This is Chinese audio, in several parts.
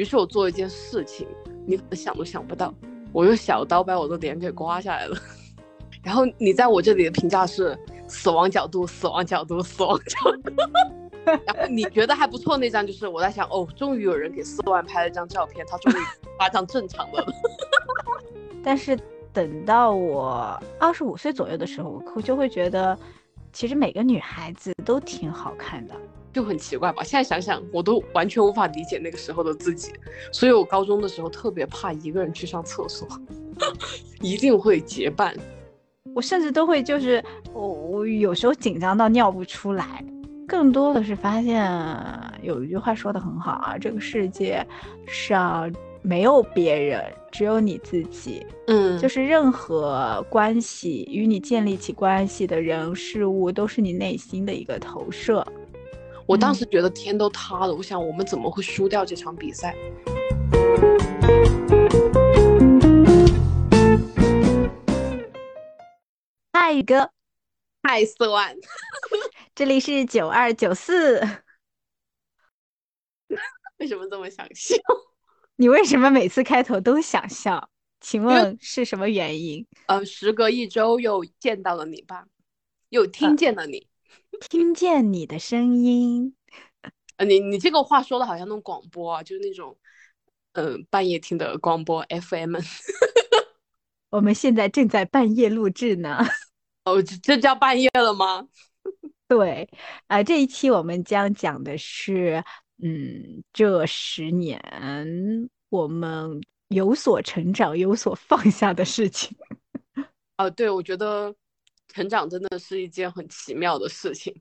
是我做了一件事情，你可能想都想不到，我用小刀把我的脸给刮下来了。然后你在我这里的评价是死亡角度，死亡角度，死亡角度。然后你觉得还不错那张，就是我在想，哦，终于有人给4万拍了一张照片，他终于发张正常的了。 但是等到我25岁左右的时候，我就会觉得，其实每个女孩子都挺好看的。 就很奇怪吧，现在想想我都完全无法理解那个时候的自己，所以我高中的时候特别怕一个人去上厕所，一定会结伴。 我甚至都会就是我有时候紧张到尿不出来，更多的是发现有一句话说的很好啊，这个世界上没有别人，只有你自己。就是任何关系与你建立起关系的人事物都是你内心的一个投射。 我当时觉得天都塌了，我想我们怎么会输掉这场比赛。 嗨宇哥， 嗨4万。 这里是9294。 为什么这么想笑？ 你为什么每次开头都想笑？请问是什么原因？ 时隔1周又见到了你吧，又听见了你， 听见你的声音。 你这个话说的好像那种广播啊，就是那种半夜听的广播 FM。 我们现在正在半夜录制呢。 哦，这叫半夜了吗？ 对，这一期我们将讲的是，这10年我们有所成长、有所放下的事情。 对，我觉得成长真的是一件很奇妙的事情。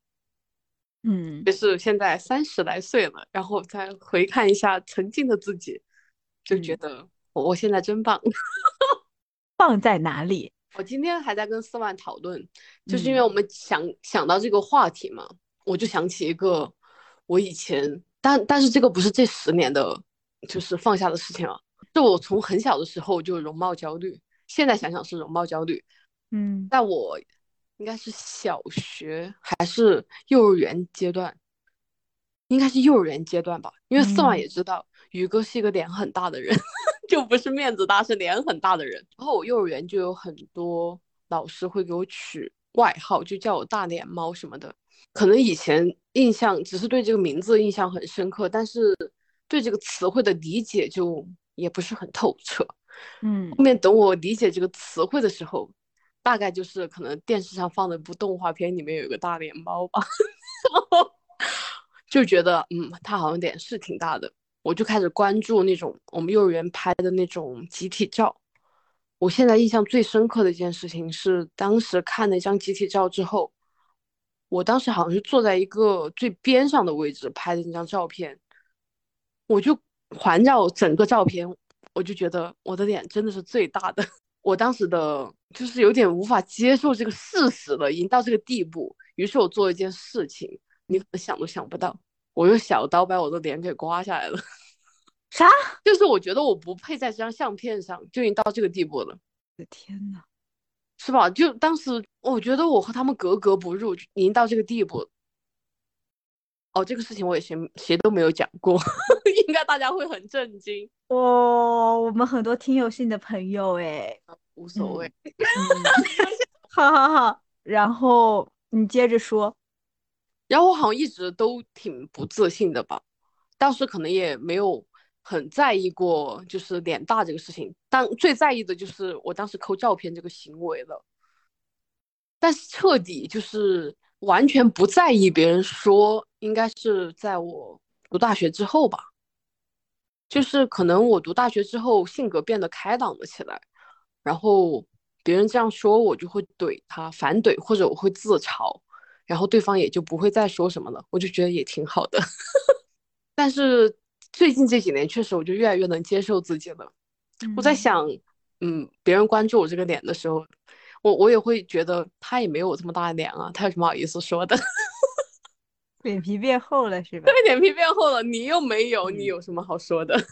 就是现在30来岁了，然后再回看一下曾经的自己，就觉得我现在真棒。 棒在哪里？ 我今天还在跟4万讨论，就是因为我们想到这个话题嘛，我就想起一个我以前，但是这个不是这10年的，就是放下的事情啊。就我从很小的时候就容貌焦虑，现在想想是容貌焦虑。在我应该是小学还是幼儿园阶段，应该是幼儿园阶段吧，因为4万也知道宇哥是一个脸很大的人。就不是面子大，是脸很大的人。然后我幼儿园就有很多老师会给我取外号，就叫我大脸猫什么的。可能以前印象只是对这个名字印象很深刻，但是对这个词汇的理解就也不是很透彻。后面等我理解这个词汇的时候，大概就是可能电视上放的一部动画片里面有一个大脸猫吧。然后就觉得他好像脸是挺大的。我就开始关注那种我们幼儿园拍的那种集体照。我现在印象最深刻的一件事情是，当时看那张集体照之后，我当时好像是坐在一个最边上的位置拍的那张照片，我就环绕整个照片，我就觉得我的脸真的是最大的。我当时的就是有点无法接受这个事实了，已经到这个地步。于是我做了一件事情，你可能想都想不到，我用小刀把我的脸给刮下来了。 啥？ 就是我觉得我不配在这张相片上，就已经到这个地步了。 我的天哪， 是吧？就当时我觉得我和他们格格不入，已经到这个地步。这个事情我也谁都没有讲过。应该大家会很震惊。 我们很多听友是你的朋友哎。 无所谓。 好好好，然后你接着说。 然后我好像一直都挺不自信的吧，当时可能也没有很在意过就是脸大这个事情，但最在意的就是我当时抠照片这个行为了。但是彻底就是完全不在意别人说，应该是在我读大学之后吧。就是可能我读大学之后性格变得开朗了起来，然后别人这样说我就会怼他，反怼，或者我会自嘲，然后对方也就不会再说什么了，我就觉得也挺好的。但是最近这几年确实我就越来越能接受自己了。我在想别人关注我这个脸的时候，我也会觉得他也没有我这么大的脸啊，他有什么好意思说的。 脸皮变厚了是吧？ 对，脸皮变厚了，你又没有，你有什么好说的？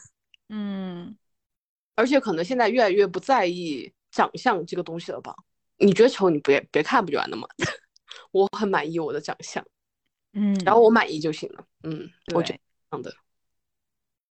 而且可能现在越来越不在意长相这个东西了吧？你觉得丑，你别看不就完了吗？我很满意我的长相，只要我满意就行了。我觉得这样的。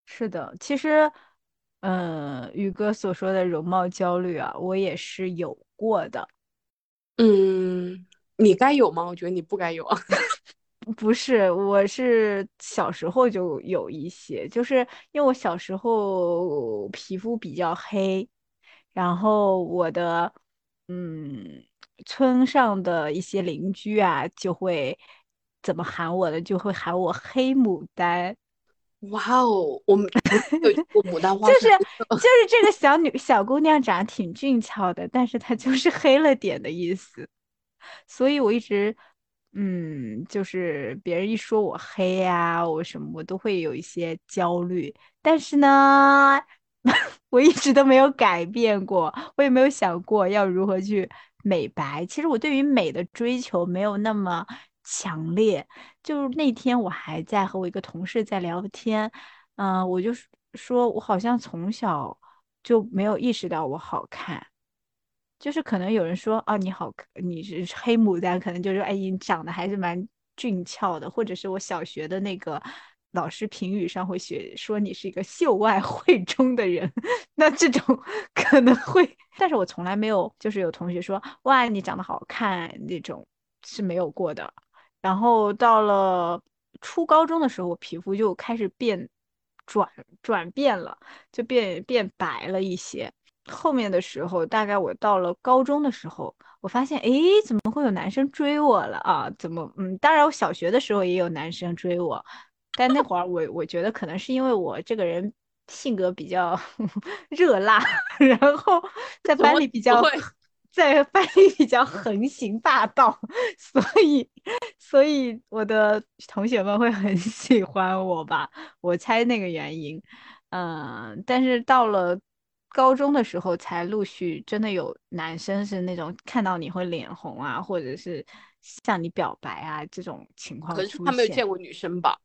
是的，其实，宇哥所说的容貌焦虑啊，我也是有过的。 嗯，你该有吗？我觉得你不该有啊。 不是，我是小时候就有一些，就是因为我小时候皮肤比较黑，然后我的嗯村上的一些邻居啊，就会怎么喊我的，就会喊我黑牡丹。 哇哦，我们从来没有见过牡丹花就是是黑色。 就是这个小姑娘长得挺俊俏的，但是她就是黑了点的意思。所以我一直，就是别人一说我黑呀、我什么，我都会有一些焦虑。但是呢，我一直都没有改变过，我也没有想过要如何去美白。其实我对于美的追求没有那么强烈。就是那天我还在和我一个同事在聊天，我就说我好像从小就没有意识到我好看。就是可能有人说哦你好看，你是黑牡丹，可能就是哎你长得还是蛮俊俏的，或者是我小学的那个老师评语上会写说你是一个秀外慧中的人，那这种可能会，但是我从来没有就是有同学说哇你长得好看那种是没有过的。然后到了初高中的时候，我皮肤就开始转转变了，就变白了一些。后面的时候，大概我到了高中的时候，我发现，诶，怎么会有男生追我了啊？怎么，当然我小学的时候也有男生追我，但那会儿我觉得可能是因为我这个人性格比较热辣，然后在什么班里比较词汇？ 在班里比较横行霸道，所以我的同学们会很喜欢我吧，我猜那个原因。但是到了高中的时候，才陆续真的有男生是那种看到你会脸红啊，或者是向你表白啊这种情况可能是他没有出现。 见过女生吧。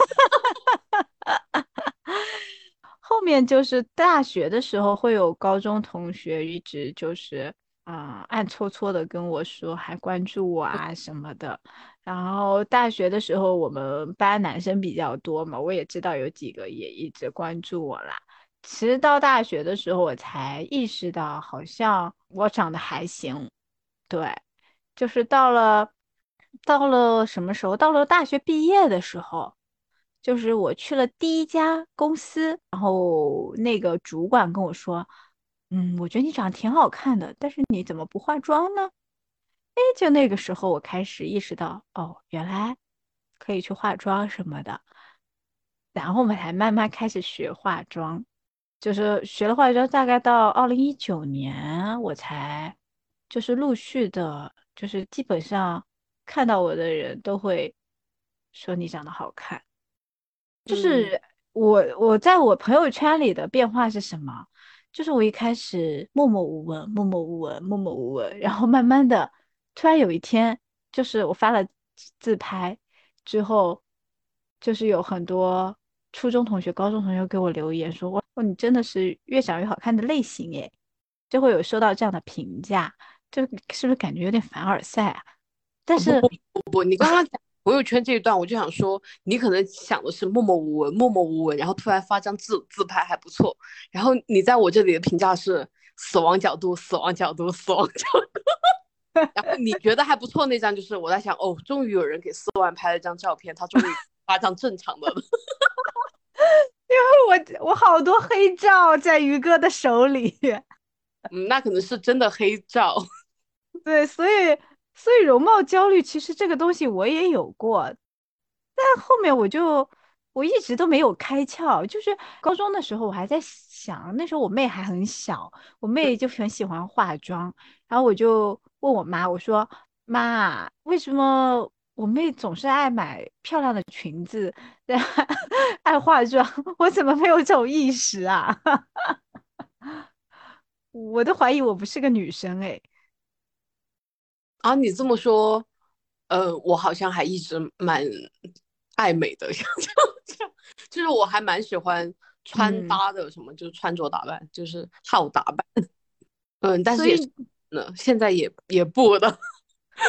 后面就是大学的时候，会有高中同学一直就是暗搓搓的跟我说，还关注我啊什么的。然后大学的时候，我们班男生比较多嘛，我也知道有几个也一直关注我啦。其实到大学的时候，我才意识到，好像我长得还行。对，就是到了什么时候？到了大学毕业的时候。就是我去了第一家公司，然后那个主管跟我说，我觉得你长得挺好看的，但是你怎么不化妆呢？哎，就那个时候我开始意识到，哦，原来可以去化妆什么的，然后我们才慢慢开始学化妆，就是学了化妆，大概到2019年，我才就是陆续的，就是基本上看到我的人都会说你长得好看。就嗯是我在我朋友圈里的变化是什么？就是我一开始默默无闻，默默无闻，默默无闻，然后慢慢的，突然有一天，就是我发了自拍之后，就是有很多初中同学、高中同学给我留言说，哇，你真的是越长越好看的类型耶，就会有收到这样的评价，就是不是感觉有点凡尔赛啊？但是不，你刚刚讲朋友圈这一段，我就想说，你可能想的是默默无闻，默默无闻，然后突然发张自拍还不错，然后你在我这里的评价是死亡角度，死亡角度，死亡角度。然后你觉得还不错那张，就是我在想，哦，终于有人给4万拍了张照片，他终于发张正常的了。 我好多黑照在于哥的手里。 那可能是真的黑照。 对，所以容貌焦虑其实这个东西我也有过，但后面我一直都没有开窍。就是高中的时候我还在想，那时候我妹还很小，我妹就很喜欢化妆，然后我就问我妈，我说妈，为什么我妹总是爱买漂亮的裙子，爱化妆，我怎么没有这种意识啊？我都怀疑我不是个女生诶。 啊，你这么说，我好像还一直蛮爱美的，像这样，就是我还蛮喜欢穿嗯， 搭的，什么就是穿着打扮，就是好打扮。但是也是， 所以呢，现在也不的。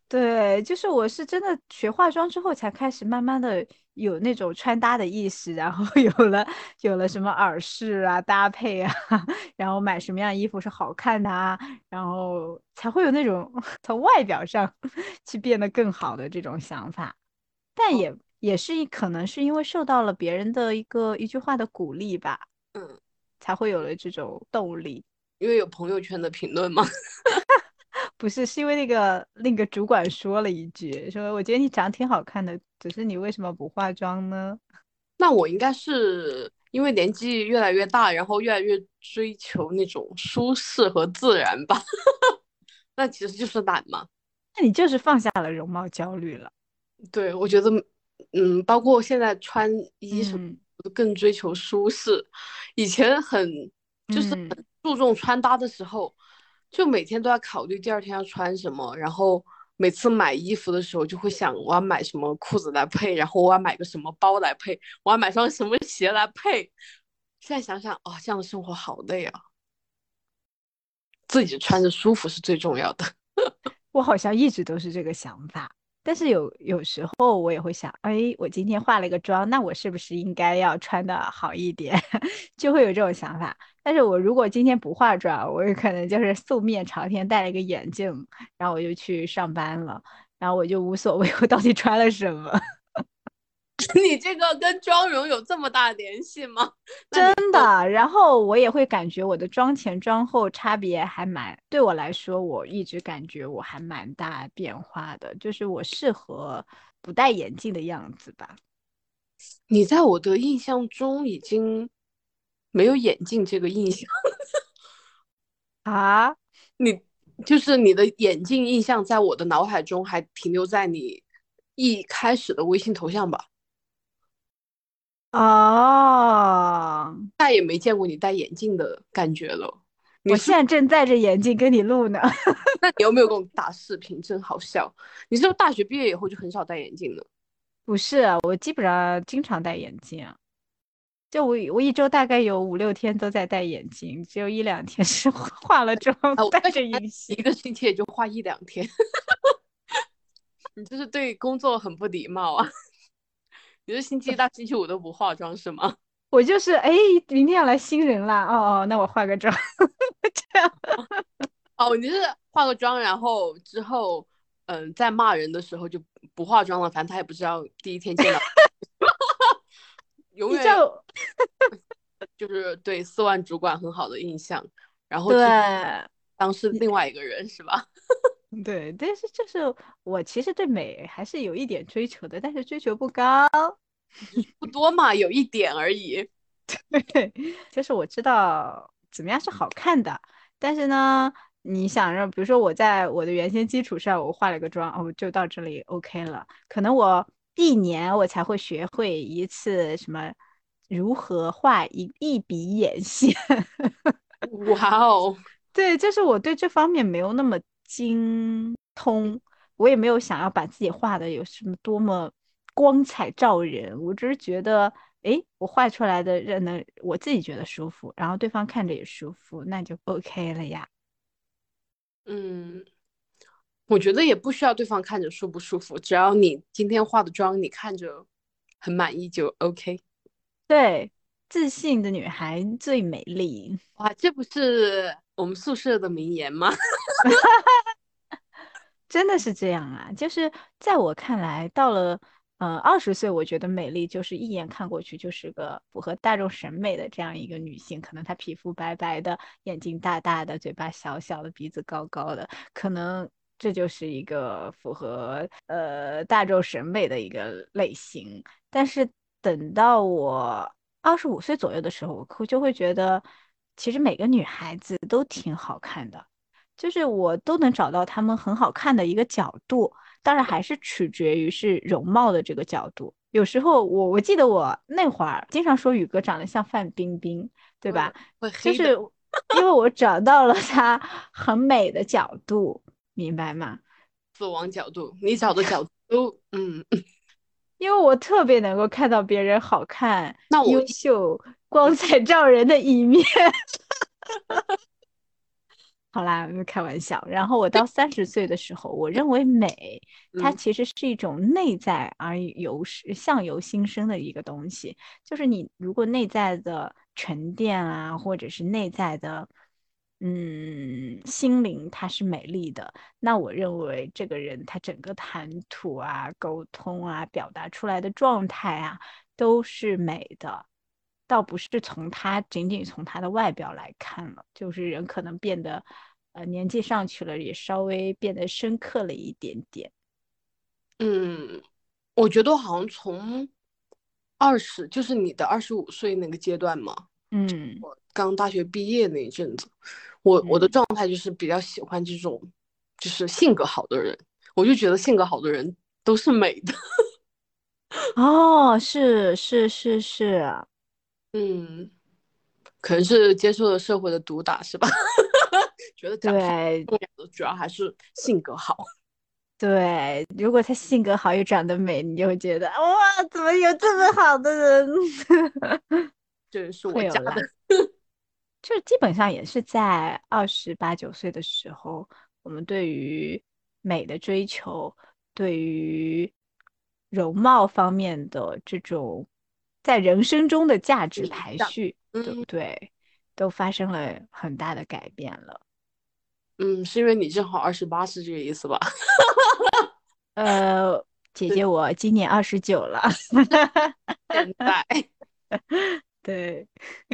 对，就是我是真的学化妆之后才开始慢慢的有那种穿搭的意识，然后有了什么耳饰啊、搭配啊，然后买什么样衣服是好看的啊，然后才会有那种从外表上去变得更好的这种想法。但哦， 也是可能是因为受到了别人的一句话的鼓励吧， 嗯， 才会有了这种动力。 因为有朋友圈的评论嘛。 不是，是因为那个主管说了一句，说我觉得你长得挺好看的，只是你为什么不化妆呢？ 那我应该是因为年纪越来越大，然后越来越追求那种舒适和自然吧。那其实就是懒嘛。 那你就是放下了容貌焦虑了。 对，我觉得，包括现在穿衣什么， 嗯我都更追求舒适。以前嗯， 注重穿搭的时候，就每天都要考虑第二天要穿什么，然后每次买衣服的时候就会想我要买什么裤子来配，然后我要买个什么包来配，我要买双什么鞋来配。现在想想，哦，这样的生活好累啊，自己穿着舒服是最重要的。 我好像一直都是这个想法，但是有时候我也会想，哎，我今天化了个妆，那我是不是应该要穿的好一点？就会有这种想法。但是我如果今天不化妆，我有可能就是素面朝天，戴了一个眼镜，然后我就去上班了，然后我就无所谓我到底穿了什么。 你这个跟妆容有这么大联系吗？那真你就的，然后我也会感觉我的妆前妆后差别还蛮，对我来说，我一直感觉我还蛮大变化的，就是我适合不戴眼镜的样子吧。 你在我的印象中已经没有眼镜这个印象。 啊你就是你的眼镜印象，在我的脑海中还停留在你一开始的微信头像吧， 哦， 再也没见过你戴眼镜的感觉了。你是， 我现在正戴着眼镜跟你录呢。 那你有没有跟我打视频？真好笑。你是不是大学毕业以后就很少戴眼镜了？ 不是，我基本上经常戴眼镜，就我一周大概有5、6天都在戴眼镜，只有1、2天是化了妆啊，我戴着在想， 隐形。 一个星期也就花一两天。你这是对工作很不礼貌啊！你是星期一到星期五都不化妆是吗？ 我就是哎，明天要来新人啦，哦哦，那我化个妆，这样。 哦，你是化个妆，然后之后，在骂人的时候就不化妆了，反正他也不知道第一天见到，永远有你知道， 就是对4万主管很好的印象，然后之后对当是另外一个人是吧？ 对，但是就是我其实对美还是有一点追求的，但是追求不高。 不多嘛，有一点而已。 对，就是我知道怎么样是好看的，但是呢，你想让，比如说我在我的原先基础上，我化了个妆，哦，就到这里 OK 了。可能我1年我才会学会一次什么如何画一笔眼线。 哇哦， 对，就是我对这方面没有那么精通，我也没有想要把自己画的有什么多么光彩照人，我只是觉得，诶，我画出来的人呢，我自己觉得舒服，然后对方看着也舒服，那就 OK 了呀。 嗯，我觉得也不需要对方看着舒不舒服，只要你今天化的妆你看着很满意就 OK。 对，自信的女孩最美丽。 哇，这不是我们宿舍的名言吗？ 真的是这样啊，就是在我看来，到了20岁，我觉得美丽就是一眼看过去就是个符合大众审美的这样一个女性。可能她皮肤白白的，眼睛大大的，嘴巴小小的，鼻子高高的，可能这就是一个符合大众审美的一个类型。但是等到我25岁左右的时候，我就会觉得，其实每个女孩子都挺好看的。就是我都能找到他们很好看的一个角度，当然还是取决于是容貌的这个角度。有时候我记得我那会儿经常说宇哥长得像范冰冰，对吧？ 会黑的。 就是因为我找到了他很美的角度，明白吗？ 死亡角度，你找的角度都， 因为我特别能够看到别人好看、 那我优秀、光彩照人的一面。 好啦，开玩笑。然后我到30岁的时候，我认为美，它嗯其实是一种内在而相由心生的一个东西。就是你如果内在的沉淀啊，或者是内在的心灵，它是美丽的，那我认为这个人他整个谈吐啊、沟通啊、表达出来的状态啊，都是美的。倒不是仅仅从他的外表来看了，就是人可能变得，年纪上去了，也稍微变得深刻了一点点。 嗯，我觉得好像从就是你的25岁那个阶段嘛， 嗯刚大学毕业那一阵子，我的嗯， 状态就是比较喜欢这种，就是性格好的人，我就觉得性格好的人都是美的。 哦，是是是是， 嗯，可能是接受了社会的毒打，是吧？觉得长相对重要的主要还是性格好。 对，如果他性格好又长得美，你就会觉得哇，怎么有这么好的人？ 这是我家的。 会有啦。就基本上也是在28、29岁的时候，我们对于美的追求，对于容貌方面的这种在人生中的价值影响。 排序，对不嗯对？都发生了很大的改变了。 嗯，是因为你正好28是这个意思吧？ 呃，姐对， 姐，我今年29了。 现在。 对。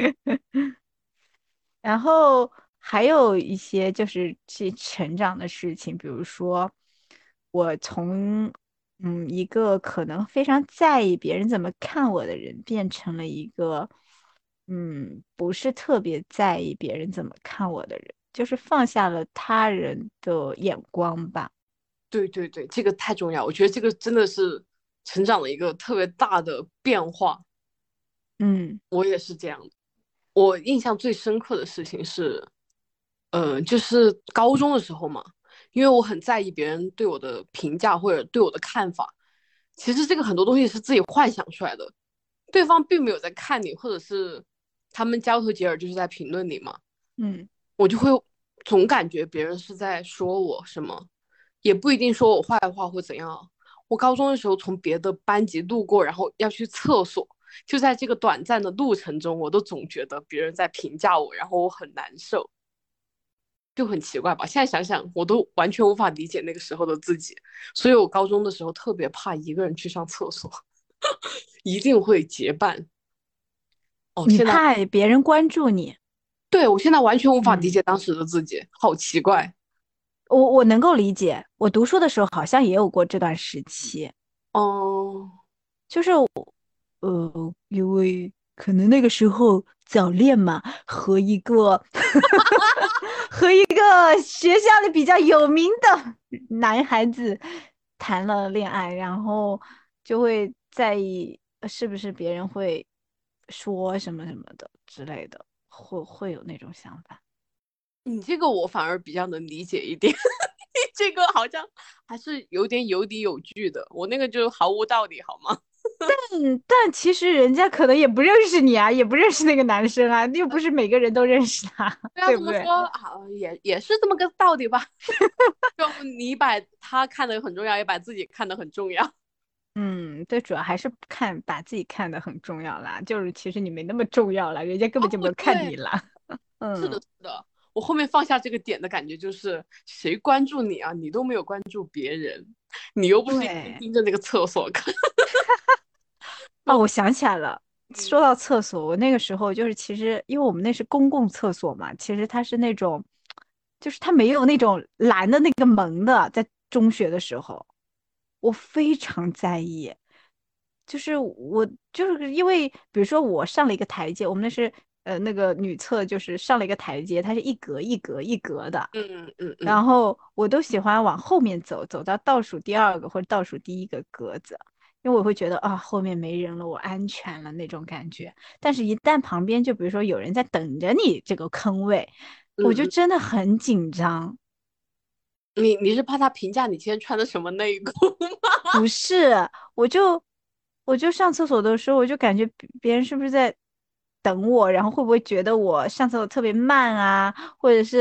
然后还有一些就是去成长的事情，比如说我从一个可能非常在意别人怎么看我的人，变成了一个不是特别在意别人怎么看我的人，就是放下了他人的眼光吧。 对对对，这个太重要，我觉得这个真的是成长的一个特别大的变化。 嗯我也是这样的。我印象最深刻的事情是，就是高中的时候嘛，因为我很在意别人对我的评价或者对我的看法。其实这个很多东西是自己幻想出来的，对方并没有在看你，或者是他们交头接耳就是在评论你嘛。 嗯。 我就会总感觉别人是在说我什么，也不一定说我坏话或怎样。我高中的时候从别的班级路过，然后要去厕所，就在这个短暂的路程中，我都总觉得别人在评价我，然后我很难受，就很奇怪吧。现在想想，我都完全无法理解那个时候的自己，所以我高中的时候特别怕一个人去上厕所，一定会结伴。哦， 你现在怕别人关注你。 对我现在完全无法理嗯。 解当时的自己，好奇怪。 我能够理解，我读书的时候好像也有过这段时期， 哦， 就是因为可能那个时候早恋嘛，和一个和一个学校里比较有名的男孩子谈了恋爱，然后就会在意是不是别人会说什么什么的之类的，会有那种想法。 你这个我反而比较能理解一点，这个好像还是有点有理有据的，我那个就毫无道理，好吗？ 但其实人家可能也不认识你啊，也不认识那个男生啊，又不是每个人都认识他， 对啊，这么说对不对？ 啊，也是这么个道理吧？就你把他看得很重要，也把自己看得很重要。 嗯，对，主要还是把自己看得很重要啦，就是其实你没那么重要啦，人家根哦， 本就没有看对， 你啦。 是的， 嗯， 是的。我后面放下这个点的感觉就是，谁关注你啊？你都没有关注别人，你又不是一直对。 盯着那个厕所看。 哦， 就我想起来了， 嗯说到厕所，我那个时候就是其实因为我们那是公共厕所嘛，其实它是那种，就是它没有那种拦的那个门的，在中学的时候。我非常在意，就是我就是因为，比如说我上了一个台阶，我们那是那个女厕，就是上了一个台阶，它是一格一格一格的， 嗯嗯嗯， 然后我都喜欢往后面走，走到倒数第二个或者倒数第一个格子，因为我会觉得啊后面没人了，我安全了那种感觉。但是，一旦旁边就比如说有人在等着你这个坑位，我就嗯嗯， 真的很紧张。 你是怕他评价你今天穿的什么内裤吗？ 不是，我就上厕所的时候，我就感觉别人是不是在等我，然后会不会觉得我上厕所特别慢啊，或者是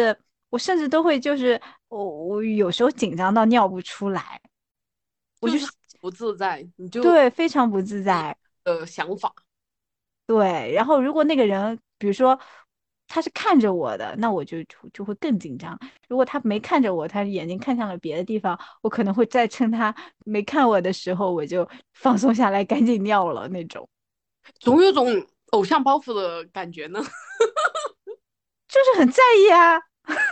我甚至都会就是我有时候紧张到尿不出来，我就就是不自在，你就对非常不自在。 想法。 对，然后如果那个人，比如说他是看着我的，那我就会更紧张。如果他没看着我，他眼睛看向了别的地方，我可能会在趁他没看我的时候，我就放松下来，赶紧尿了那种， 总有种偶像包袱的感觉呢。 就是很在意啊。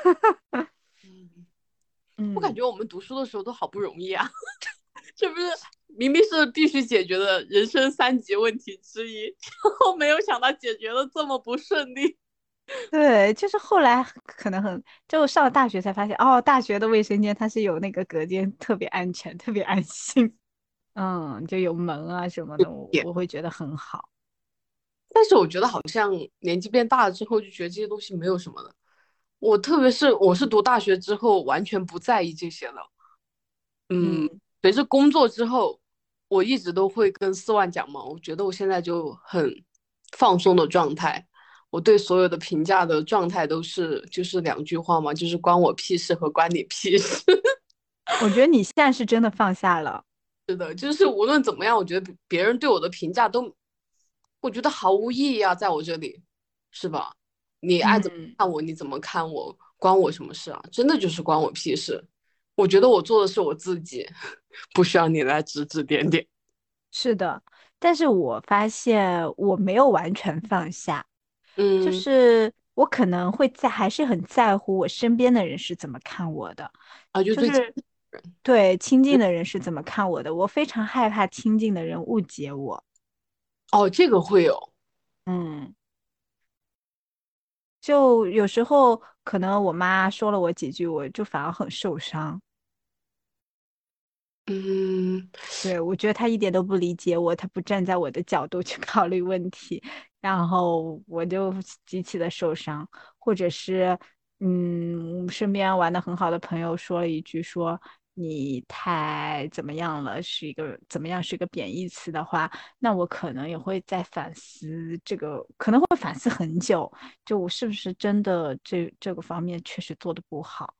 我感嗯， 觉我们读书的时候都好不容易啊，这不是明明是必须解决的人生3级问题之一，然后没有想到解决的这么不顺利。 对，就是后来可能就上了大学才发现，哦，大学的卫生间它是有那个隔间，特别安全，特别安心。就有门啊什么的，我会觉得很好。 但是我觉得好像年纪变大了之后，就觉得这些东西没有什么的。我特别是我是读大学之后，完全不在意这些了。 嗯。 随着工作之后，我一直都会跟4万讲嘛，我觉得我现在就很放松的状态。我对所有的评价的状态都是就是2句话嘛，就是关我屁事和关你屁事。 我觉得你现在是真的放下了。 是的，就是无论怎么样，我觉得别人对我的评价都，我觉得毫无意义啊，在我这里，是吧？你爱怎么嗯， 看我，你怎么看我，关我什么事啊？真的就是关我屁事。我觉得我做的是我自己，不需要你来指指点点。 是的，但是我发现我没有完全放下，就嗯， 是我可能还是很在乎我身边的人是怎么看我的， 啊，就最近， 就是对亲近的人是怎么看我的，我非常害怕亲近的人误解我。 哦，这个会有， 嗯，就有时候可能我妈说了我几句，我就反而很受伤。 嗯对，我觉得他一点都不理解我，他不站在我的角度去考虑问题，然后我就极其的受伤，或者是，身边玩的很好的朋友说了一句说你太怎么样了，是一个怎么样是一个贬义词的话，那我可能也会在反思这个，可能会反思很久，就我是不是真的这个方面确实做的不好。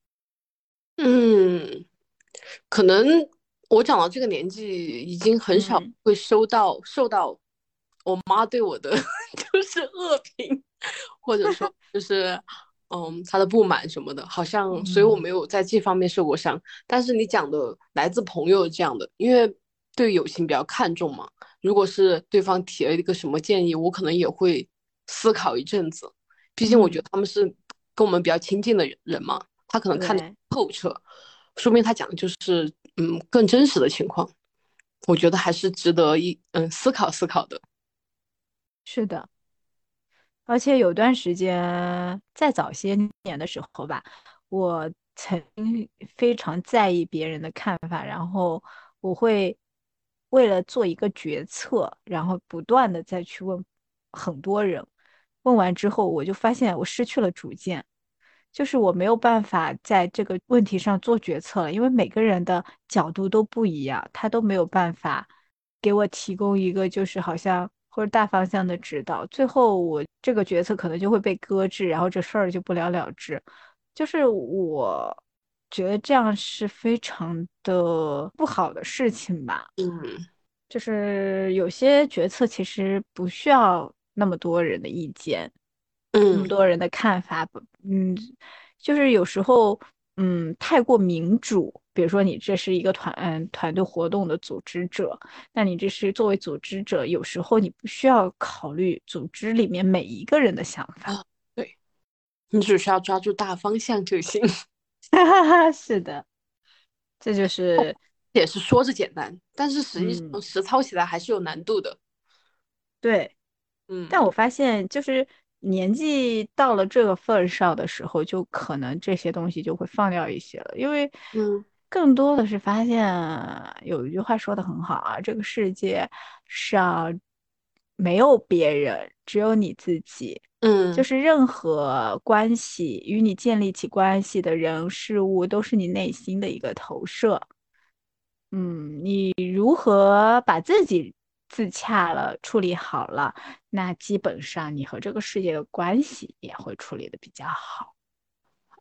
嗯，可能我长到这个年纪，已经很少嗯会受到我妈对我的就是恶评，或者说就是她的不满什么的，好像所以我嗯， 没有在这方面受过伤。但是你讲的来自朋友这样的，因为对友情比较看重嘛，如果是对方提了一个什么建议，我可能也会思考一阵子，毕竟我觉嗯， 得他们是跟我们比较亲近的人嘛，他可能看得对， 透彻，说明他讲的就是更真实的情况。我觉得还是值得思考思考的。 是的。而且有段时间，再早些年的时候吧，我曾经非常在意别人的看法，然后我会为了做一个决策，然后不断的再去问很多人，问完之后，我就发现我失去了主见，就是我没有办法在这个问题上做决策了，因为每个人的角度都不一样，他都没有办法给我提供一个就是好像或者大方向的指导，最后我这个决策可能就会被搁置，然后这事儿就不了了之。就是我觉得这样是非常的不好的事情吧。 嗯就是有些决策其实不需要那么多人的意见，那么嗯多人的看法，就是有时候，太过民主。比如说，你这是一个团队活动的组织者，那你这是作为组织者，有时候你不需要考虑组织里面每一个人的想法。 啊，对，你只需要抓住大方向就行。 哈哈哈，是的，这就是也是说着简单，但是实际上嗯， 实操起来还是有难度的。 对。但我嗯发现，就是年纪到了这个份儿上的时候，就可能这些东西就会放掉一些了，因为嗯更多的是发现有一句话说的很好啊，这个世界上没有别人，只有你自己。就嗯是任何关系与你建立起关系的人事物，都是你内心的一个投射。你如何把自己自洽了、处理好了，那基本上你和这个世界的关系也会处理的比较好。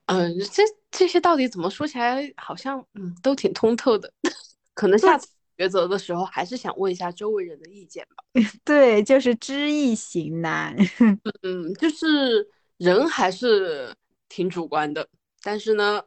这些到底怎么说起来，好像都挺通透的。可能下次抉择的时候，还是想问一下周围人的意见吧。 对，就是知易行难。 就是人还是挺主观的，但是呢，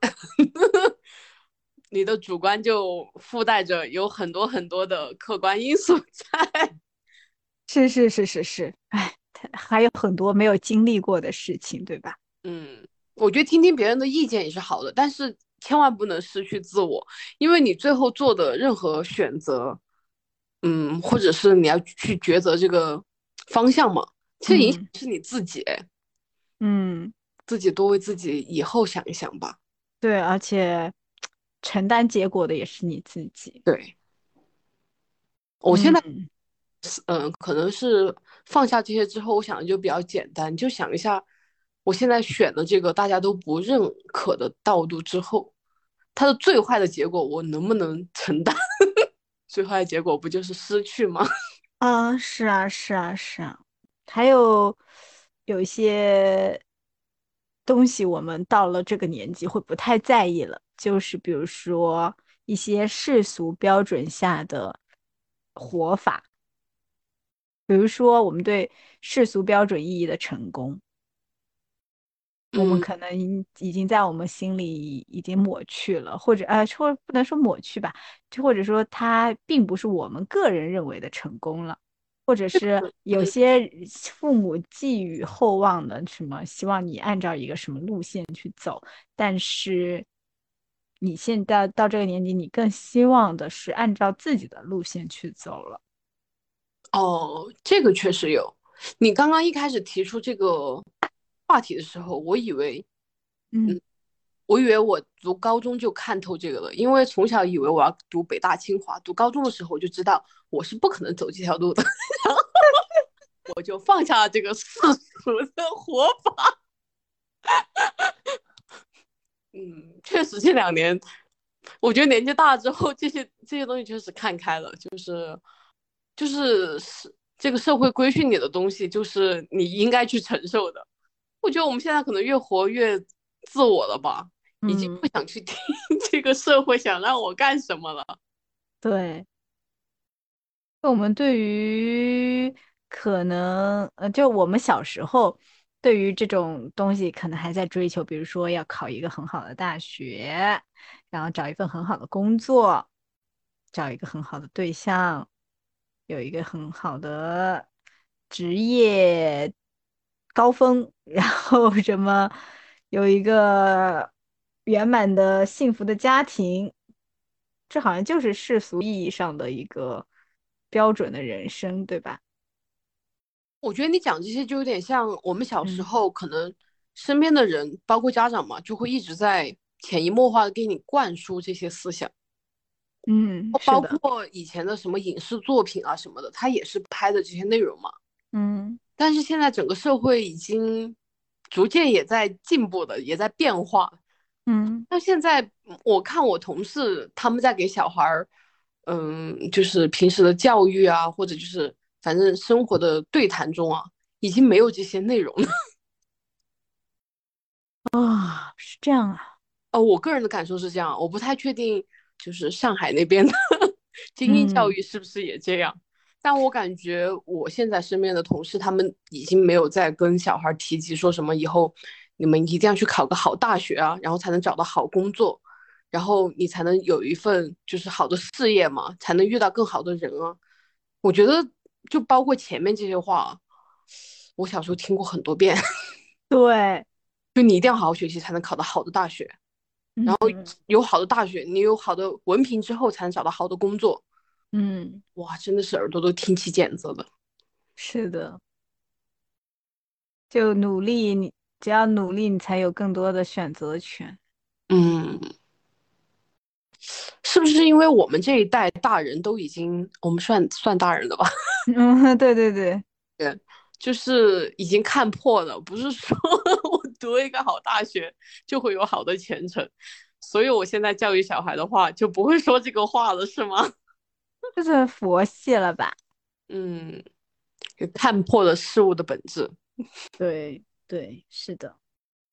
你的主观就附带着有很多很多的客观因素在。 是是是是是，哎，还有很多没有经历过的事情，对吧？ 嗯，我觉得听听别人的意见也是好的，但是千万不能失去自我，因为你最后做的任何选择，或者是你要去抉择这个方向嘛，其实影响嗯是你自己， 嗯， 自己多为自己以后想一想吧。 对，而且承担结果的也是你自己。 对，我现在嗯可能是放下这些之后，我想的就比较简单，就想一下，我现在选的这个大家都不认可的道路之后，它的最坏的结果我能不能承担？最坏的结果不就是失去吗？ 啊，是啊是啊是啊，还有一些东西，我们到了这个年纪会不太在意了，就是比如说一些世俗标准下的活法。比如说，我们对世俗标准意义的成功，我们嗯， 可能已经在我们心里已经抹去了，或者或不能说抹去吧，就或者说它并不是我们个人认为的成功了，或者是有嗯， 些父母寄予厚望的什么，希望你按照一个什么路线去走，但是你现在到这个年纪，你更希望的是按照自己的路线去走了。 哦，这个确实有。你刚刚一开始提出这个话题的时候， 嗯我以为我读高中就看透这个了，因为从小以为我要读北大清华，读高中的时候我就知道我是不可能走这条路的，我就放下了这个世俗的活法。确实这2年，我觉得年纪大了之后，这些东西确实看开了，就是这个社会规训你的东西，就是你应该去承受的。我觉得我们现在可能越活越自我了吧，已经嗯， 不想去听这个社会想让我干什么了。 对。我们对于可能就我们小时候对于这种东西可能还在追求，比如说要考一个很好的大学，然后找一份很好的工作，找一个很好的对象，有一个很好的职业高峰，然后什么有一个圆满的幸福的家庭，这好像就是世俗意义上的一个标准的人生，对吧？ 我觉得你讲这些就有点像我们小时嗯候可能身边的人，包括家长嘛，就会一直在潜移默化的给你灌输这些思想。 嗯，是包的， 括以前的什么影视作品啊什么的，它也是拍的这些内容嘛。 嗯但是现在整个社会已经逐渐也在进步的，也在变化。 嗯那现在我看我同事他们在给小孩儿，就是平时的教育啊，或者就是反正生活的对谈中啊，已经没有这些内容了。 啊，是这样啊， 我个人的感受是这样，我不太确定，就是上海那边的精英教嗯育是不是也这样。但我感觉我现在身边的同事，他们已经没有在跟小孩提及说什么以后你们一定要去考个好大学啊，然后才能找到好工作，然后你才能有一份就是好的事业嘛，才能遇到更好的人啊。我觉得就包括前面这些话，我小时候听过很多遍， 对， 就你一定要好好学习才能考到好的大学。 嗯有好的大学，你有好的文凭之后，才能找到好的工作。 嗯， 哇，真的是耳朵都听起茧子了。 是的，就努力，你只要努力，你才有更多的选择权。 嗯，是不是因为我们这一代大人都已经，我们算大人了吧？ 嗯，对对对， 就是已经看破了，不是说我读一个好大学就会有好的前程。所以我现在教育小孩的话，就不会说这个话了，是吗？ 这算佛系了吧？ 嗯，看破了事物的本质。 对对，是的。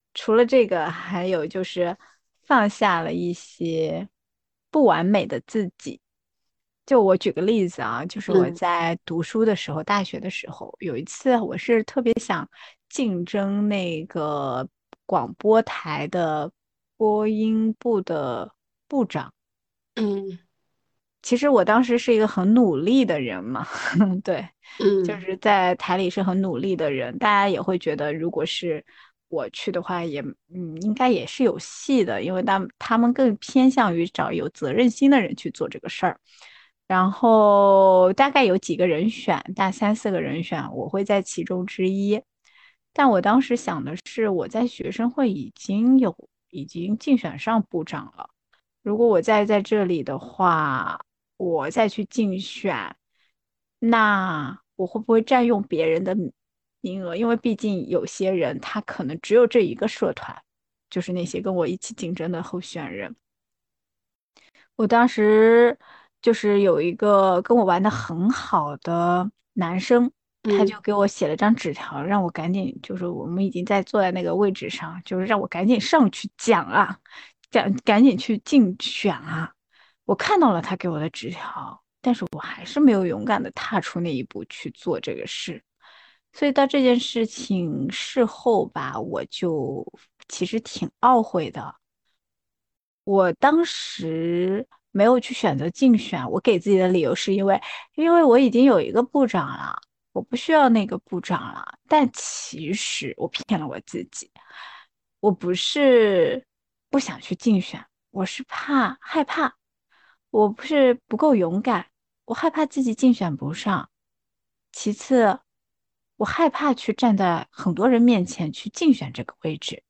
除了这个，还有就是放下了一些不完美的自己。就我举个例子啊，就是我嗯在读书的时候，大学的时候，有一次我是特别想竞争那个广播台的播音部的部长。 嗯其实我当时是一个很努力的人嘛，对，就嗯， 是在台里是很努力的人，大家也会觉得，如果是我去的话也，应该也是有戏的，因为他们更偏向于找有责任心的人去做这个事儿。然后大概有几个人选，大三四个人选，我会在其中之一。但我当时想的是，我在学生会已经竞选上部长了。如果我再在这里的话，我再去竞选，那我会不会占用别人的名额？因为毕竟有些人他可能只有这一个社团，就是那些跟我一起竞争的候选人。我当时就是有一个跟我玩的很好的男生，他嗯， 就给我写了张纸条，让我赶紧，就是我们已经在坐在那个位置上，就是让我赶紧上去讲啊，赶紧去竞选啊。我看到了他给我的纸条，但是我还是没有勇敢的踏出那一步去做这个事。所以到这件事情事后吧，我就其实挺懊悔的。我当时没有去选择竞选，我给自己的理由是因为我已经有一个部长了，我不需要那个部长了。但其实我骗了我自己，我不是不想去竞选，我是害怕，我不是不够勇敢，我害怕自己竞选不上。其次，我害怕去站在很多人面前去竞选这个位置。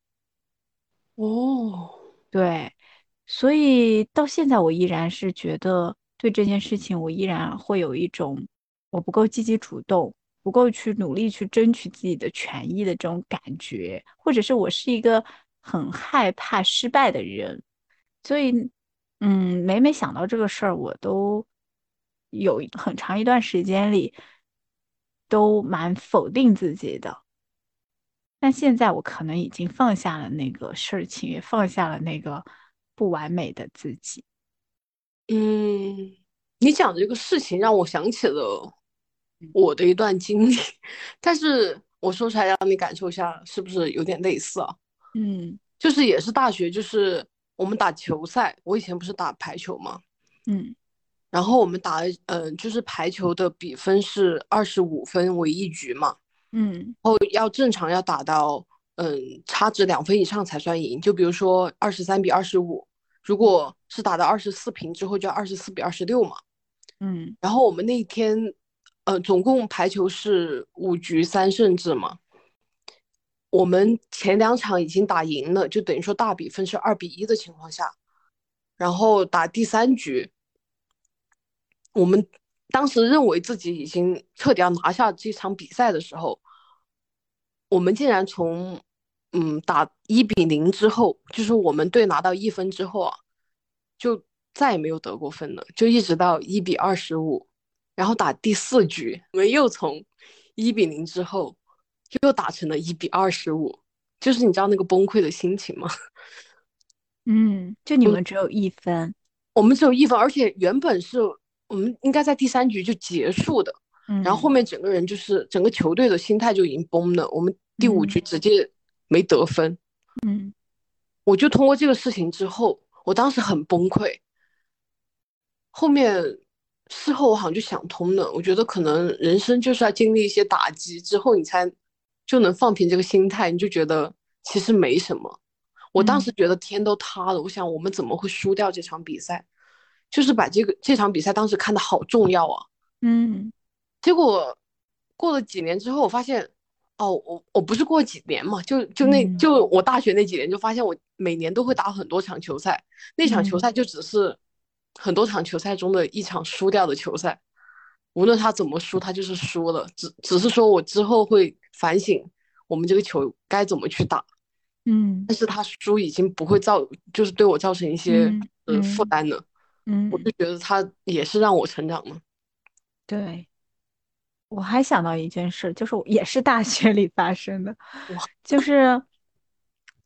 哦， 对，所以到现在我依然是觉得对这件事情，我依然会有一种我不够积极主动，不够去努力去争取自己的权益的这种感觉，或者是我是一个很害怕失败的人，所以每想到这个事儿，我都有很长一段时间里都蛮否定自己的。但现在我可能已经放下了那个事情，也放下了那个不完美的自己。 嗯，你讲这个事情让我想起了我的一段经历，但是我说出来让你感受一下，是不是有点类似啊？ 嗯就是也是大学，就是我们打球赛，我以前不是打排球嘛， 嗯然后我们打，就是排球的比分是25分为一局嘛， 嗯要正常要打到差值2分以上才算赢。就比如说23比25，如果是打到24平之后，就24比26嘛。 嗯然后我们那一天，总共排球是5局3胜制嘛，我们前2场已经打赢了，就等于说大比分是2比1的情况下，然后打第3局，我们当时认为自己已经彻底要拿下这场比赛的时候，我们竟然从打1比0之后，就是我们队拿到1分之后啊，就再也没有得过分了，就一直到1比25，然后打第4局，我们又从1比0之后又打成了1比25，就是你知道那个崩溃的心情吗？ 嗯，就你们只有一分。 我们只有1分，而且原本是我们应该在第3局就结束的，然后后嗯面整个人就是整个球队的心态就已经崩了，我们第5局嗯直接没得分。 嗯我就通过这个事情之后，我当时很崩溃。后面事后我好像就想通了，我觉得可能人生就是要经历一些打击之后，你才就能放平这个心态，你就觉得其实没什么。我当时嗯觉得天都塌了，我想我们怎么会输掉这场比赛？就是把这场比赛当时看得好重要啊。 嗯结果过了几年之后，我发现，哦，我不是过几年嘛， 嗯就我大学那几年，就发现我每年都会打很多场球赛，那场球嗯赛就只是很多场球赛中的一场输掉的球赛，无论他怎么输，他就是输了，只是说我之后会反省我们这个球该怎么去打， 嗯但是他输已经不会就是对我造成一些嗯嗯负担了，我就嗯， 觉得他也是让我成长了。 对。我还想到一件事，就是也是大学里发生的， 哇， 就是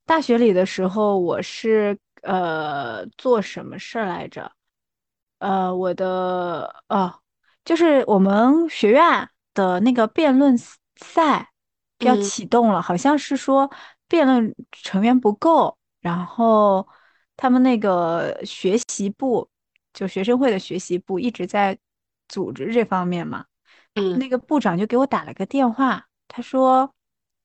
大学里的时候，我是做什么事儿来着？我的就是我们学院的那个辩论赛要嗯启动了，好像是说辩论成员不够，然后他们那个学习部，就学生会的学习部一直在组织这方面嘛。 嗯。 那个部长就给我打了个电话，他说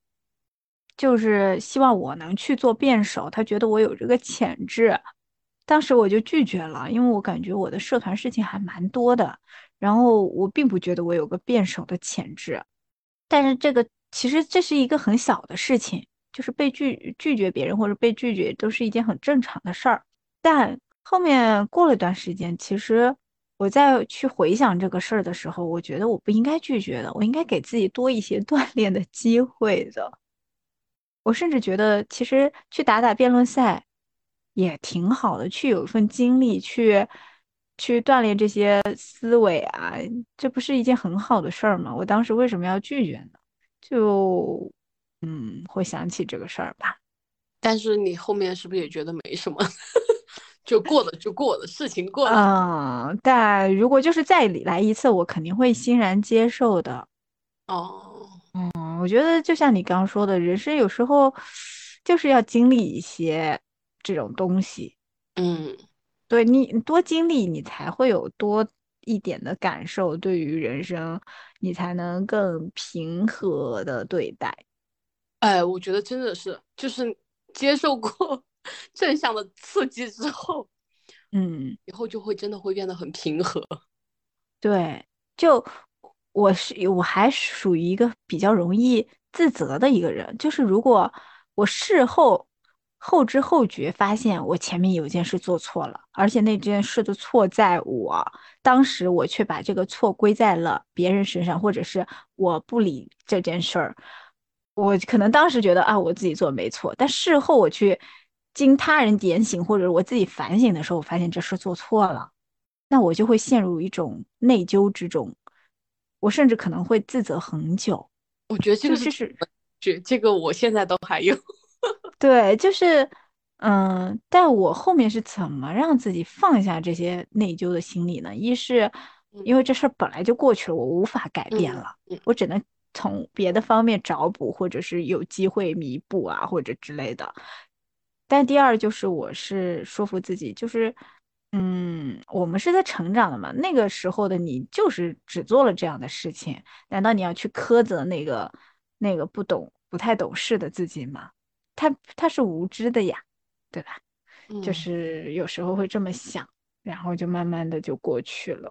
就是希望我能去做辩手，他觉得我有这个潜质。当时我就拒绝了，因为我感觉我的社团事情还蛮多的，然后我并不觉得我有个辩手的潜质。但是这个其实这是一个很小的事情，就是被拒绝别人或者被拒绝都是一件很正常的事儿。但后面过了一段时间，其实我再去回想这个事儿的时候，我觉得我不应该拒绝的，我应该给自己多一些锻炼的机会的。我甚至觉得，其实去打打辩论赛也挺好的，去有一份经历，去锻炼这些思维啊，这不是一件很好的事儿吗？我当时为什么要拒绝呢？就会想起这个事儿吧。 但是你后面是不是也觉得没什么，就过了就过了，事情过了。 但如果就是再来一次，我肯定会欣然接受的。 哦。 我觉得就像你刚刚说的，人生有时候就是要经历一些这种东西。 嗯。 对你多经历，你才会有多一点的感受，对于人生，你才能更平和的对待。 哎，我觉得真的是，就是接受过正向的刺激之后， 嗯。 以后就会真的会变得很平和。 对，就我还属于一个比较容易自责的一个人，就是如果我事后后知后觉发现我前面有一件事做错了，而且那件事的错在我当时，我却把这个错归在了别人身上，或者是我不理这件事儿，我可能当时觉得啊我自己做的没错，但事后我去经他人点醒或者我自己反省的时候，我发现这事做错了。那我就会陷入一种内疚之中，我甚至可能会自责很久。 我觉得这个是，这个我现在都还有。 对，就是但我后面是怎么让自己放下这些内疚的心理呢？一是因为嗯这事儿本来就过去了，我无法改变嗯了， 嗯。 我只能从别的方面找补，或者是有机会弥补啊，或者之类的。但第二就是我是说服自己，就是我们是在成长的嘛，那个时候的你就是只做了这样的事情，难道你要去苛责那个不太懂事的自己吗？他是无知的呀，对吧？就嗯是有时候会这么想，然后就慢慢的就过去了。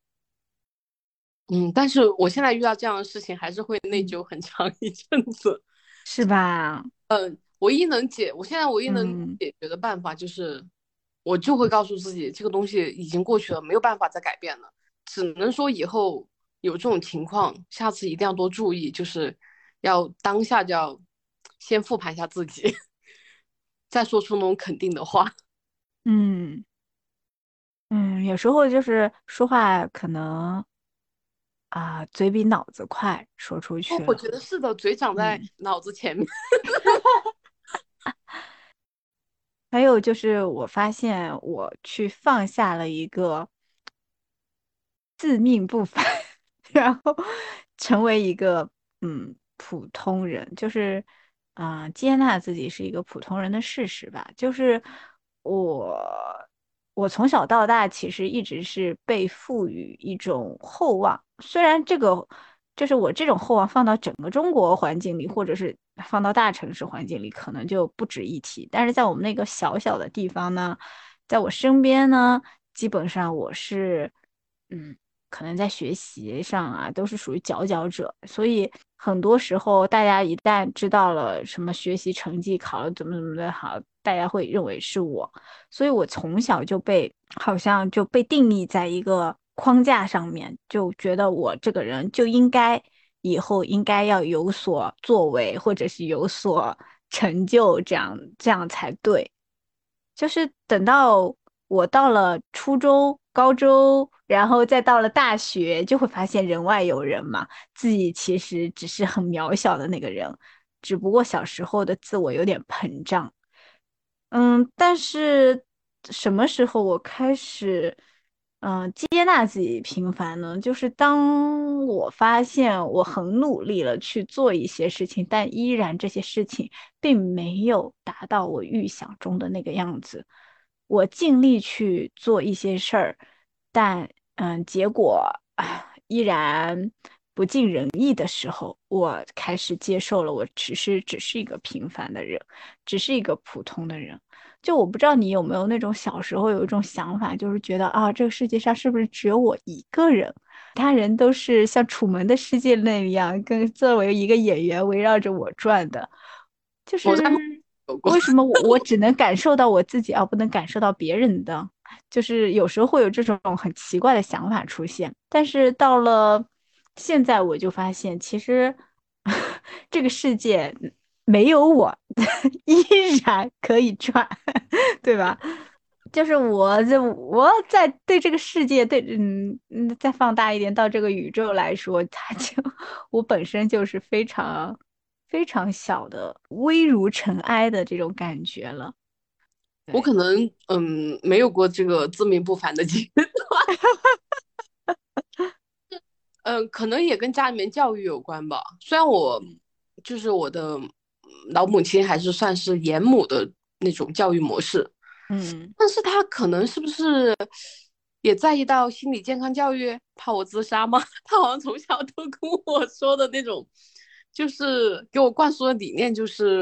嗯。但是我现在遇到这样的事情，还是会内嗯， 疚很长一阵子。 是吧？ 我现在唯一能嗯解决的办法就是，我就会告诉自己，这个东西已经过去了，没有办法再改变了，只能说以后有这种情况，下次一定要多注意，就是要当下就要先复盘一下自己，再说出那种肯定的话。 嗯有时候就是说话可能嘴比脑子快，说出去我了。 觉得是的，嘴长在嗯。 脑子前面。 还有就是我发现我去放下了一个自命不凡，然后成为一个普通人，就是接纳自己是一个普通人的事实吧。就是我我从小到大其实一直是被赋予一种厚望，虽然就是我这种厚望放到整个中国环境里，或者是放到大城市环境里，可能就不值一提。但是在我们那个小小的地方呢，在我身边呢，基本上我是。嗯，可能在学习上都是属于佼佼者，所以很多时候大家一旦知道了什么学习成绩考了怎么的好，大家会认为是我，所以我从小好像就被定义在一个框架上面，就觉得我这个人就以后应该要有所作为，或者是有所成就，这样才对。就是等到我到了初中、高中，然后再到了大学，就会发现人外有人嘛，自己其实只是很渺小的那个人。 只不过小时候的自我有点膨胀。但是什么时候我开始，接纳自己平凡呢？就是当我发现我很努力了去做一些事情，但依然这些事情并没有达到我预想中的那个样子。我尽力去做一些事儿，但结果依然不尽人意的时候，我开始接受了，我只是一个平凡的人，只是一个普通的人。就我不知道你有没有那种小时候有一种想法，就是觉得啊，这个世界上是不是只有我一个人，其他人都是像《楚门的世界》那样，跟作为一个演员围绕着我转的，就是我在梦有过。 为什么我只能感受到我自己，而不能感受到别人的？就是有时候会有这种很奇怪的想法出现，但是到了现在，我就发现其实这个世界没有我依然可以转，对吧？就是我在对这个世界再放大一点到这个宇宙来说，我本身就是非常非常小的微如尘埃的这种感觉了。对。 我可能没有过这个自命不凡的阶段。可能也跟家里面教育有关吧。虽然我就是我的老母亲还是算是严母的那种教育模式， 嗯。 但是她可能是不是也在意到心理健康教育，怕我自杀吗？她好像从小都跟我说的那种，就是给我灌输的理念就是，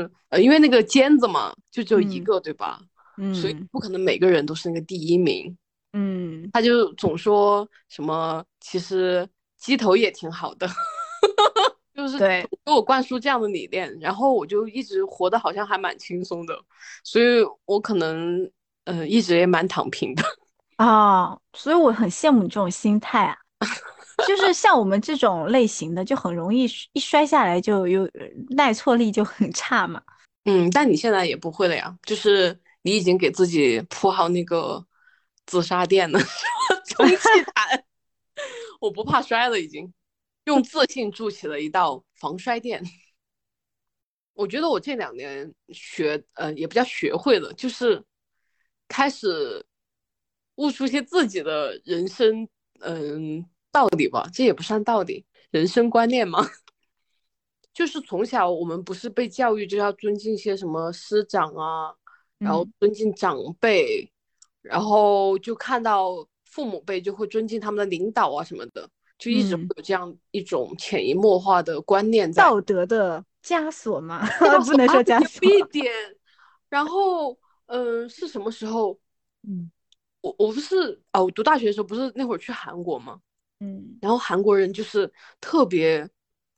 因为那个尖子嘛，就只有一嗯。 个，对吧？所以嗯。 不可能每个人都是那个第一名。 嗯。 他就总说什么，其实鸡头也挺好的。就是对。 总给我灌输这样的理念，然后我就一直活得好像还蛮轻松的，所以我可能一直也蛮躺平的。 啊，所以我很羡慕你这种心态啊，就是像我们这种类型的，就很容易一摔下来就有耐挫力就很差嘛。 嗯，但你现在也不会了呀，就是你已经给自己铺好那个自杀垫了，充气毯，我不怕摔了，已经用自信筑起了一道防摔垫。我觉得我这2年也不叫学会了，就是开始悟出一些自己的人生道理吧，这也不算道理，人生观念嘛。就是从小我们不是被教育就要尊敬一些什么师长啊，然后嗯。 尊敬长辈，然后就看到父母辈就会尊敬他们的领导啊什么的，就一直会嗯。 有这样一种潜移默化的观念在。 道德的枷锁嘛，不能枷锁啊，有说枷锁。 一点。然后，是什么时候？ 嗯。 我不是哦，我读大学的时候不是那会儿去韩国吗？ 嗯。 然后韩国人就是特别，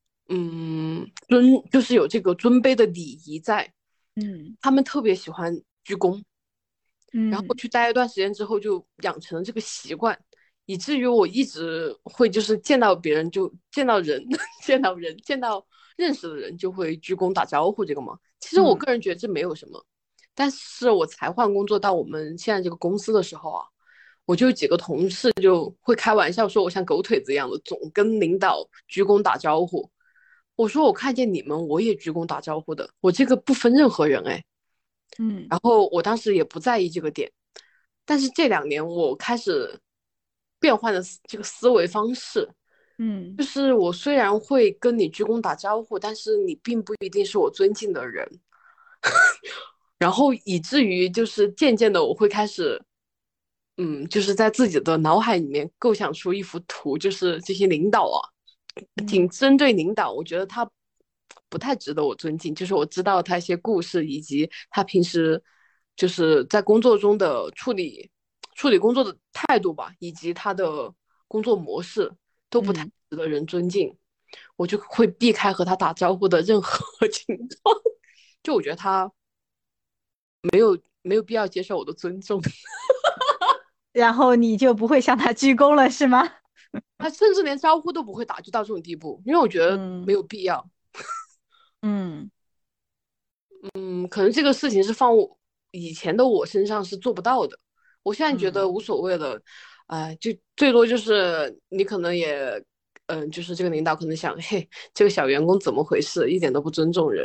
就是有这个尊卑的礼仪在， 嗯。 他们特别喜欢鞠躬。然后我嗯。 去待一段时间之后，就养成了这个习惯，以至于我一直会就是见到别人就见到人见到认识的人就会鞠躬打招呼这个嘛。其实我嗯。 个人觉得这没有什么，但是我才换工作到我们现在这个公司的时候啊，我就有几个同事就会开玩笑说我像狗腿子一样的，总跟领导鞠躬打招呼。我说我看见你们我也鞠躬打招呼的，我这个不分任何人哎。 嗯。 然后我当时也不在意这个点，但是这2年我开始变换了这个思维方式， 嗯。 就是我虽然会跟你鞠躬打招呼，但是你并不一定是我尊敬的人。然后以至于就是渐渐的我会开始，就是在自己的脑海里面构想出一幅图，就是这些领导啊，仅嗯。 针对领导，我觉得他不太值得我尊敬。就是我知道他一些故事，以及他平时就是在工作中的处理工作的态度吧，以及他的工作模式都不太嗯。 值得人尊敬，我就会避开和他打招呼的任何情况。就我觉得他没有必要接受我的尊重。 然后你就不会向他鞠躬了，是吗？ 他甚至连招呼都不会打，就到这种地步，因为我觉得嗯。 没有必要。 嗯。 可能这个事情是放我以前的我身上是做不到的，我现在觉得嗯。 无所谓了。就最多就是你可能也，就是这个领导可能想，嘿，这个小员工怎么回事，一点都不尊重人。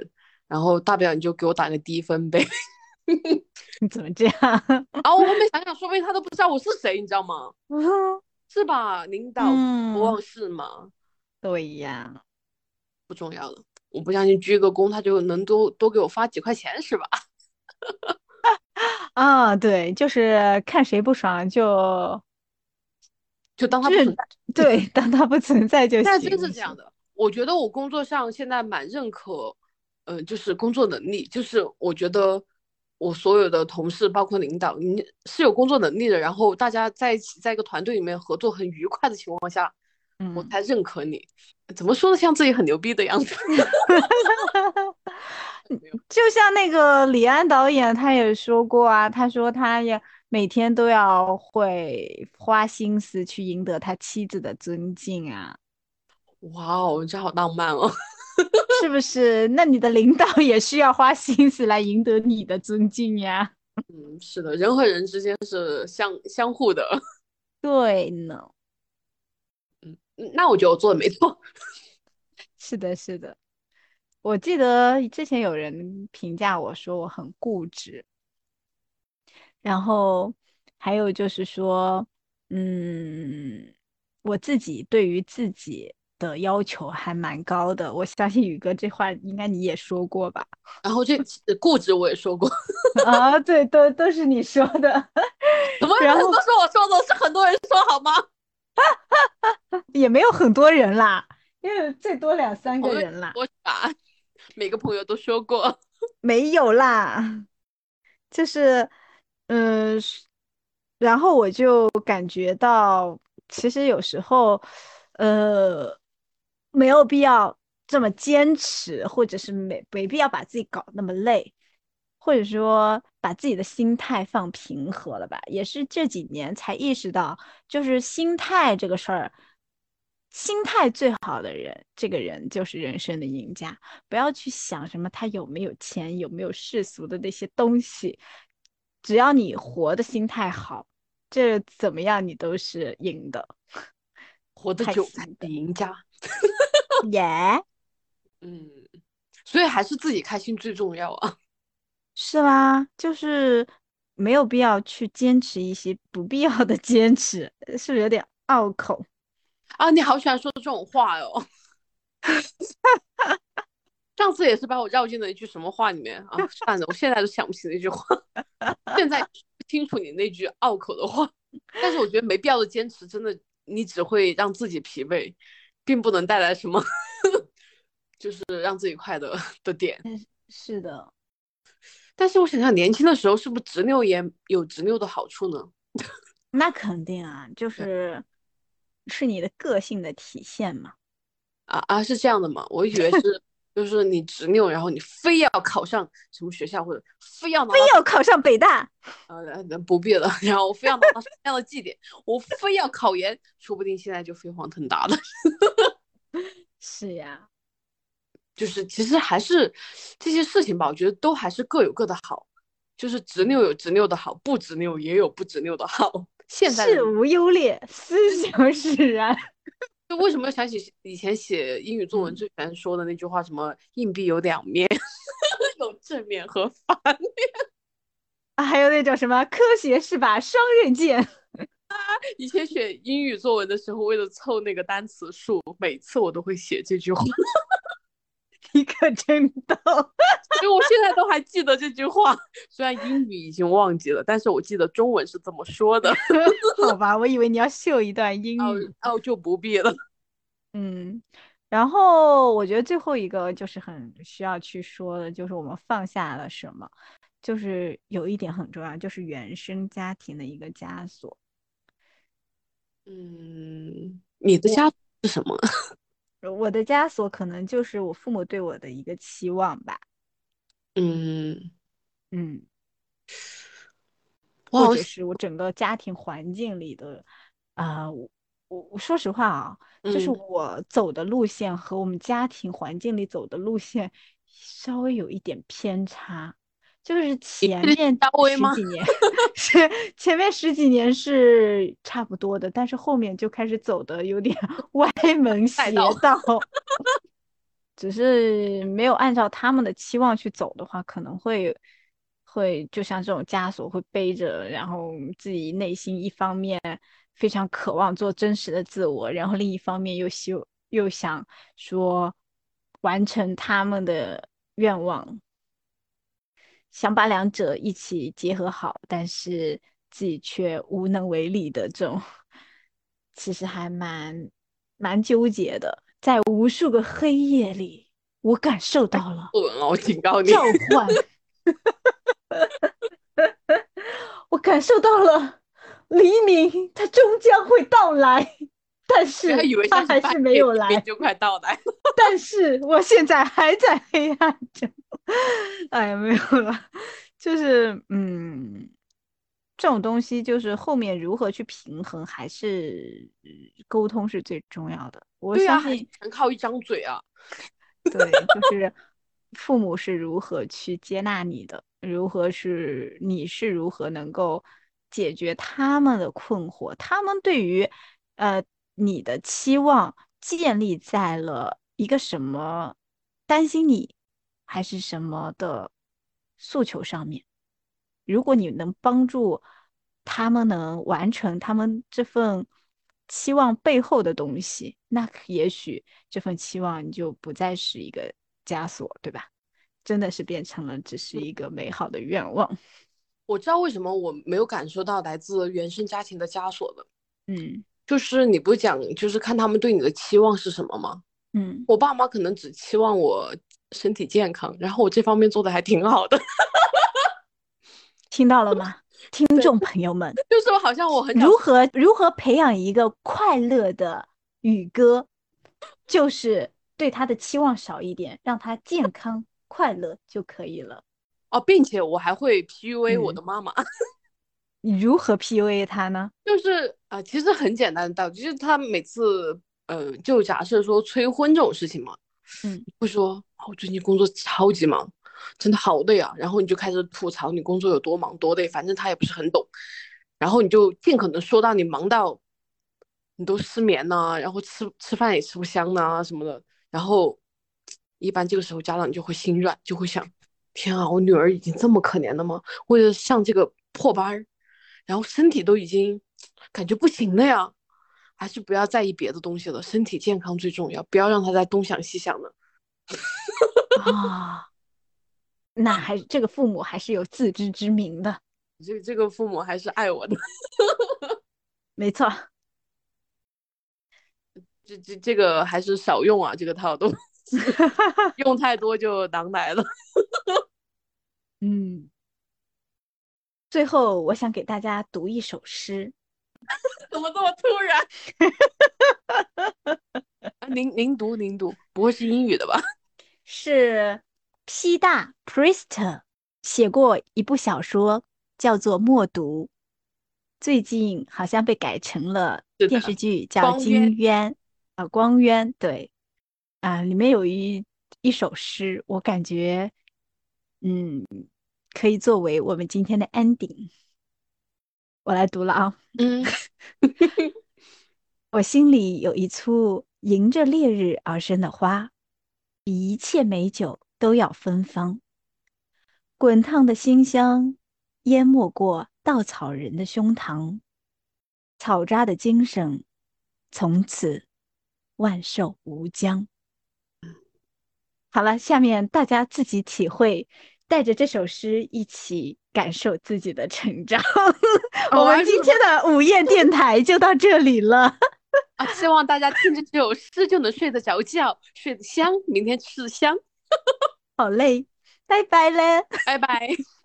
然后大不了你就给我打个低分呗。 你怎么这样？ 啊，我后面想想，说不定他都不知道我是谁，你知道吗？是吧？领导不嗯， 忘事嘛， 对呀。 不重要的。我不相信鞠个躬他就能多给我发几块钱是吧？ 啊，对，就是看谁不爽就就当他不存是在。 对，当他不存在就现在真是行。是， 这样的。我觉得我工作上现在蛮认可，就是工作能力，就是我觉得我所有的同事，包括领导，你是有工作能力的，然后大家在一起，在一个团队里面合作很愉快的情况下，我嗯。 才认可你。怎么说的，像自己很牛逼的样子？没有。 就像那个李安导演，他也说过啊，他说他也每天都要会花心思去赢得他妻子的尊敬啊， 哇哦，这好浪漫哦。 是不是？那你的领导也需要花心思来赢得你的尊敬呀。 嗯，是的，人和人之间是相互的。 对呢， 那我觉得我做的没错。 是的，是的。我记得之前有人评价我说我很固执，然后还有就是说，嗯，我自己对于自己的要求还蛮高的。我相信宇哥这话应该你也说过吧？ 然后这固执我也说过。 啊，对，都是你说的。 怎么然后都是我说的，是很多人说好吗？ 也没有很多人啦，因为最多两三朋友个人啦， 说啥？每个朋友都说过。 没有啦。就是，是然后我就感觉到，其实有时候，呃，没有必要这么坚持，或者是没必要把自己搞那么累，或者说把自己的心态放平和了吧。也是这几年才意识到，就是心态这个事儿，心态最好的人，这个人就是人生的赢家。不要去想什么他有没有钱，有没有世俗的那些东西，只要你活的心态好，这怎么样你都是赢的， 活得开久才心的。 是赢家。 耶， 嗯，所以还是自己开心最重要啊。 是啦，就是没有必要去坚持一些不必要的坚持，是不是有点拗口？ 啊，你好喜欢说这种话哦。上次也是把我绕进了一句什么话里面啊？算了，我现在都想不起那句话。现在不清楚你那句拗口的话。但是我觉得没必要的坚持，真的你只会让自己疲惫，并不能带来什么就是让自己快乐的点。 嗯，是的， 但是我想想，年轻的时候是不是执拗也有执拗的好处呢？ 那肯定啊，是你的个性的体现嘛。 是这样的吗？我以为是，就是你执拗，然后你非要考上什么学校，或者非要拿非到要考上北大。 不必了，然后我非要拿到什么样的绩点，我非要考研，说不定现在就飞黄腾达了。 是呀， 就是其实还是这些事情吧，我觉得都还是各有各的好，就是执拗有执拗的好，不执拗也有不执拗的好。现在的人事无优劣，思想使然。 就为什么想起以前写英语作文嗯， 最喜欢说的那句话，什么硬币有两面，有正面和反面。 啊还有那种什么科学是把双刃剑。 以前写英语作文的时候，为了凑那个单词数，每次我都会写这句话。 你可真逗。 所以我现在都还记得这句话，虽然英语已经忘记了，但是我记得中文是这么说的。 好吧，我以为你要秀一段英哦语。 哦，就不必了。 嗯，然后我觉得最后一个就是很需要去说的，就是我们放下了什么，就是有一点很重要，就是原生家庭的一个枷锁。 你的我家是什么？ 我的枷锁可能就是我父母对我的一个期望吧。 嗯， 嗯。 我好像或者是我整个家庭环境里的，我说实话啊，就是嗯， 我走的路线和我们家庭环境里走的路线稍微有一点偏差，就是你是李前面佳薇吗？ 十几年是前面十几年是差不多的，但是后面就开始走的有点歪门赛道。 邪道。 只是没有按照他们的期望去走的话，可能会就像这种枷锁会背着，然后自己内心一方面非常渴望做真实的自我，然后另一方面又想说完成他们的愿望，想把两者一起结合好，但是自己却无能为力的这种，其实还蛮纠结的。在无数个黑夜里，我感受到了作文了，我警告你。 召唤，我感受到了黎明，它终将会到来，但是不要以为它还是像是半没有来。 夜黎明就快到来了。 但是我现在还在黑暗中。哎呀，没有了，就是这种东西就是后面如何去平衡，还是沟通是最重要的。我对啊，还是相信， 全靠一张嘴啊。 对，就是父母是如何去接纳你的，你是如何能够解决他们的困惑，他们对于呃你的期望建立在了一个什么担心你还是什么的诉求上面。如果你能帮助他们能完成他们这份期望背后的东西，那也许这份期望你就不再是一个枷锁，对吧？真的是变成了只是一个美好的愿望。 我知道为什么我没有感受到来自原生家庭的枷锁的， 嗯就是你不讲，就是看他们对你的期望是什么吗？ 嗯， 我爸妈可能只期望我身体健康，然后我这方面做的还挺好的。 听到了吗，听对， 众朋友们？ 就是好像我很小。 如何培养一个快乐的宇哥，就是对他的期望少一点，让他健康快乐就可以了。 哦，并且我还会 PUA 我嗯， 的妈妈。 你如何 PUA 他呢？ 就是其实很简单的道理，就是他每次就假设说催婚这种事情嘛， 嗯会说我最近工作超级忙，真的好累啊，然后你就开始吐槽你工作有多忙多累，反正他也不是很懂，然后你就尽可能说到你忙到你都失眠呐、然后吃饭也吃不香呐、什么的，然后一般这个时候家长就会心软，就会想，天啊，我女儿已经这么可怜了吗？为了上这个破班儿，然后身体都已经感觉不行了呀，还是不要在意别的东西了，身体健康最重要，不要让他在东想西想的。 啊，那这个父母还是有自知之明的， 这个父母还是爱我的。 没错。 这个还是少用啊，这个套路。用太多就狼来了。 嗯，最后我想给大家读一首诗， 怎么这么突然？您读，不会是英语的吧？ 是 P 大 Priest 写过一部小说，叫做《默读》，最近好像被改成了电视是的， 剧，叫光渊。 《金渊》光渊，对里面有一首诗，我感觉嗯可以作为我们今天的 ending，我来读了啊。 嗯。 我心里有一簇迎着烈日而生的花，比一切美酒都要芬芳。滚烫的馨香淹没过稻草人的胸膛，草扎的精神从此万寿无疆。好了，下面大家自己体会，带着这首诗一起感受自己的成长。我我还是们今天的午夜电台就到这里了。 希望大家听着这首诗就能睡得着觉，睡得香，明天吃得香。 好嘞，拜拜了。 拜拜。